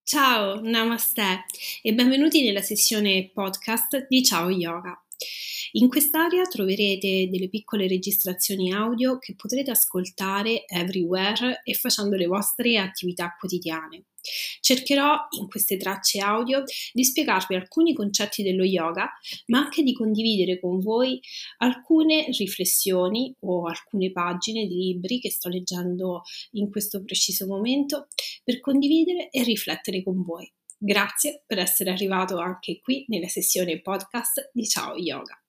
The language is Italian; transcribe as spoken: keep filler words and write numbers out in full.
Ciao, namaste e benvenuti nella sessione podcast di Ciao Yoga. In quest'area troverete delle piccole registrazioni audio che potrete ascoltare everywhere e facendo le vostre attività quotidiane. Cercherò in queste tracce audio di spiegarvi alcuni concetti dello yoga, ma anche di condividere con voi alcune riflessioni o alcune pagine di libri che sto leggendo in questo preciso momento per condividere e riflettere con voi. Grazie per essere arrivato anche qui nella sessione podcast di Ciao Yoga.